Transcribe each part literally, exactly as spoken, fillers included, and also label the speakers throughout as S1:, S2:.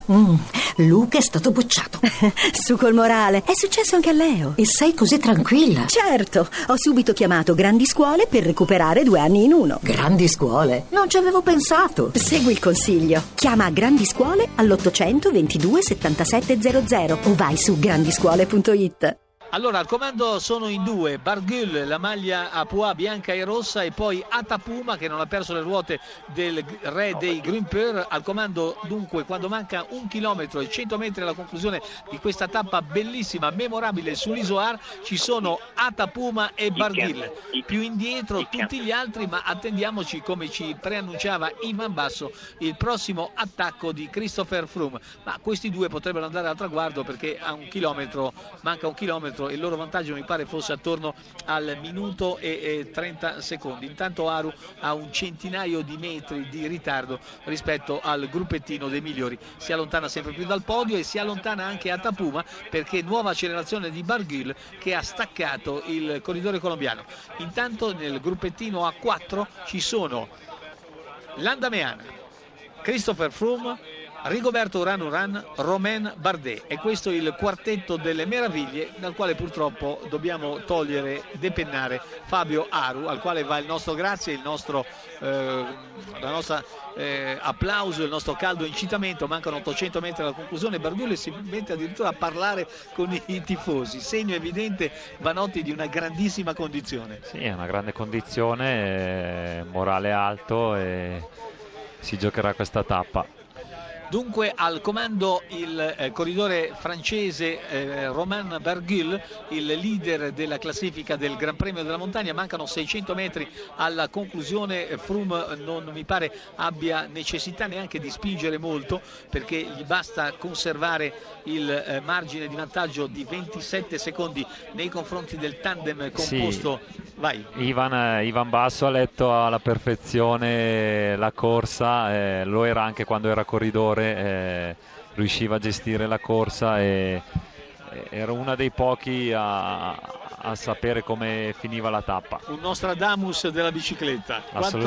S1: Mm, Luca è stato bocciato.
S2: Su col morale, è successo anche a Leo.
S1: E sei così tranquilla?
S2: Certo, ho subito chiamato Grandi Scuole per recuperare due anni in uno.
S1: Grandi Scuole? Non ci avevo pensato.
S2: Segui il consiglio. Chiama Grandi Scuole all'ottocento ventidue settantasette zero zero o vai su grandiscuole punto it.
S3: Allora, al comando sono in due: Barguil, la maglia a pois bianca e rossa, e poi Atapuma, che non ha perso le ruote del re dei Grimpeur. Al comando dunque, quando manca un chilometro e cento metri alla conclusione di questa tappa bellissima, memorabile sull'Isoar, ci sono Atapuma e Barguil. Più indietro tutti gli altri, ma attendiamoci, come ci preannunciava Ivan Basso, il prossimo attacco di Christopher Froome. Ma questi due potrebbero andare al traguardo, perché a un chilometro, manca un chilometro, il loro vantaggio mi pare fosse attorno al minuto e trenta secondi. Intanto Aru ha un centinaio di metri di ritardo rispetto al gruppettino dei migliori, si allontana sempre più dal podio e si allontana anche Atapuma, perché nuova accelerazione di Barguil che ha staccato il corridore colombiano. Intanto nel gruppettino A quattro ci sono Landameana, Christopher Froome, Rigoberto Urán Urán, Romain Bardet. E questo è il quartetto delle meraviglie, dal quale purtroppo dobbiamo togliere, depennare Fabio Aru, al quale va il nostro grazie, il nostro eh, la nostra eh, applauso, il nostro caldo incitamento. Mancano ottocento metri alla conclusione. Barguil si mette addirittura a parlare con i tifosi, segno evidente, Vanotti, di una grandissima condizione.
S4: Sì, è una grande condizione, eh, morale alto, e si giocherà questa tappa.
S3: Dunque al comando il eh, corridore francese eh, Romain Barguil, il leader della classifica del Gran Premio della Montagna. Mancano seicento metri alla conclusione. Froome non mi pare abbia necessità neanche di spingere molto, perché gli basta conservare il eh, margine di vantaggio di ventisette secondi nei confronti del tandem composto. Sì. Vai.
S4: Ivan, Ivan Basso ha letto alla perfezione la corsa, eh, lo era anche quando era corridore. Eh, riusciva a gestire la corsa e eh, era uno dei pochi a, a sapere come finiva la tappa.
S3: Un Nostradamus della bicicletta.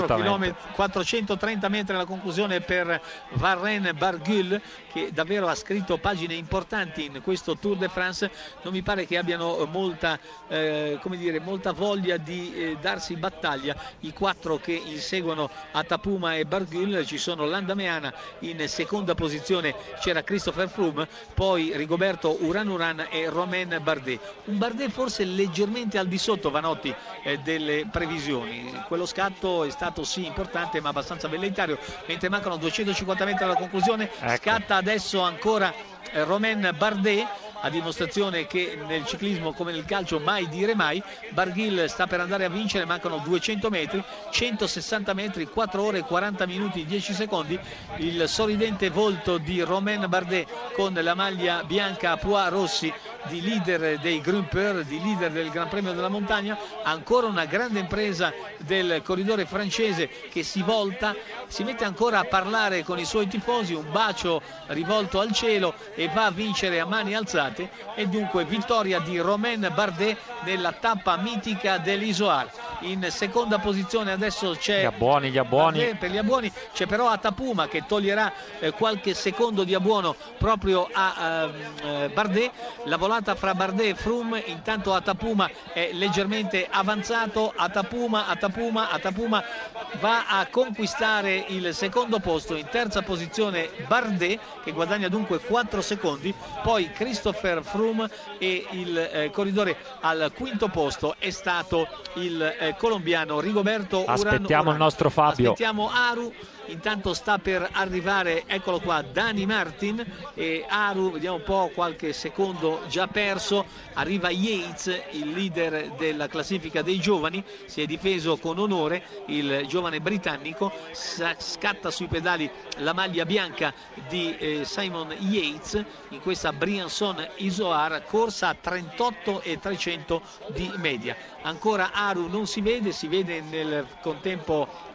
S3: quattrocentotrenta metri alla conclusione per Varenne Barguil, che davvero ha scritto pagine importanti in questo Tour de France. Non mi pare che abbiano molta, eh, come dire, molta voglia di eh, darsi battaglia i quattro che inseguono Atapuma e Barguil. Ci sono Landameana in seconda posizione, c'era Christopher Froome, poi Rigoberto Urán Urán e Romain Bardet. Un Bardet forse leggermente al di sotto, Vanotti, eh, delle previsioni. Quello scatto è stato sì importante, ma abbastanza velleitario. Mentre mancano duecentocinquanta metri alla conclusione, ecco. Scatta adesso ancora eh, Romain Bardet, a dimostrazione che nel ciclismo, come nel calcio, mai dire mai. Barguil sta per andare a vincere, mancano duecento metri, centosessanta metri, quattro ore e quaranta minuti e dieci secondi. Il sorridente volto di Romain Bardet con la maglia bianca a pois rossi, di leader dei Grimpeur, di leader del Gran Premio della Montagna. Ancora una grande impresa del corridore francese, che si volta, si mette ancora a parlare con i suoi tifosi, un bacio rivolto al cielo, e va a vincere a mani alzate. E dunque vittoria di Romain Bardet nella tappa mitica dell'Isoar. In seconda posizione adesso c'è
S4: gli abbuoni, gli abbuoni.
S3: Bardet, per gli abbuoni c'è però Atapuma, che toglierà eh, qualche secondo di abbuono proprio a eh, Bardet. La volata fra Bardet e Froome. Intanto Atapuma è leggermente avanzato. Atapuma, Atapuma, Atapuma va a conquistare il secondo posto. In terza posizione Bardet, che guadagna dunque quattro secondi. Poi Christopher Froome, e il eh, corridore al quinto posto è stato il eh, colombiano Rigoberto Urán Urán.
S4: Aspettiamo il nostro Fabio.
S3: Aspettiamo Aru. Intanto sta per arrivare, eccolo qua, Dani Martin, e Aru, vediamo un po', qualche secondo già perso. Arriva Yates, il leader della classifica dei giovani, si è difeso con onore il giovane britannico. Scatta sui pedali la maglia bianca di eh, Simon Yates in questa Briançon Isoar, corsa a trentotto e trecento di media. Ancora Aru non si vede, si vede nel contempo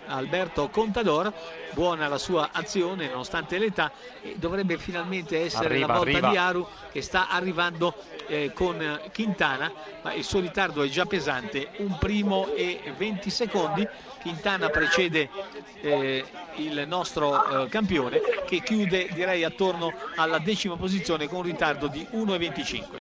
S3: Alberto Contador. Buona la sua azione nonostante l'età, e dovrebbe finalmente essere
S4: Arriva,
S3: la volta
S4: arriva.
S3: di Aru, che sta arrivando eh, con Quintana, ma il suo ritardo è già pesante, un primo e venti secondi. Quintana precede eh, il nostro eh, campione, che chiude direi attorno alla decima posizione con un ritardo di uno e venticinque.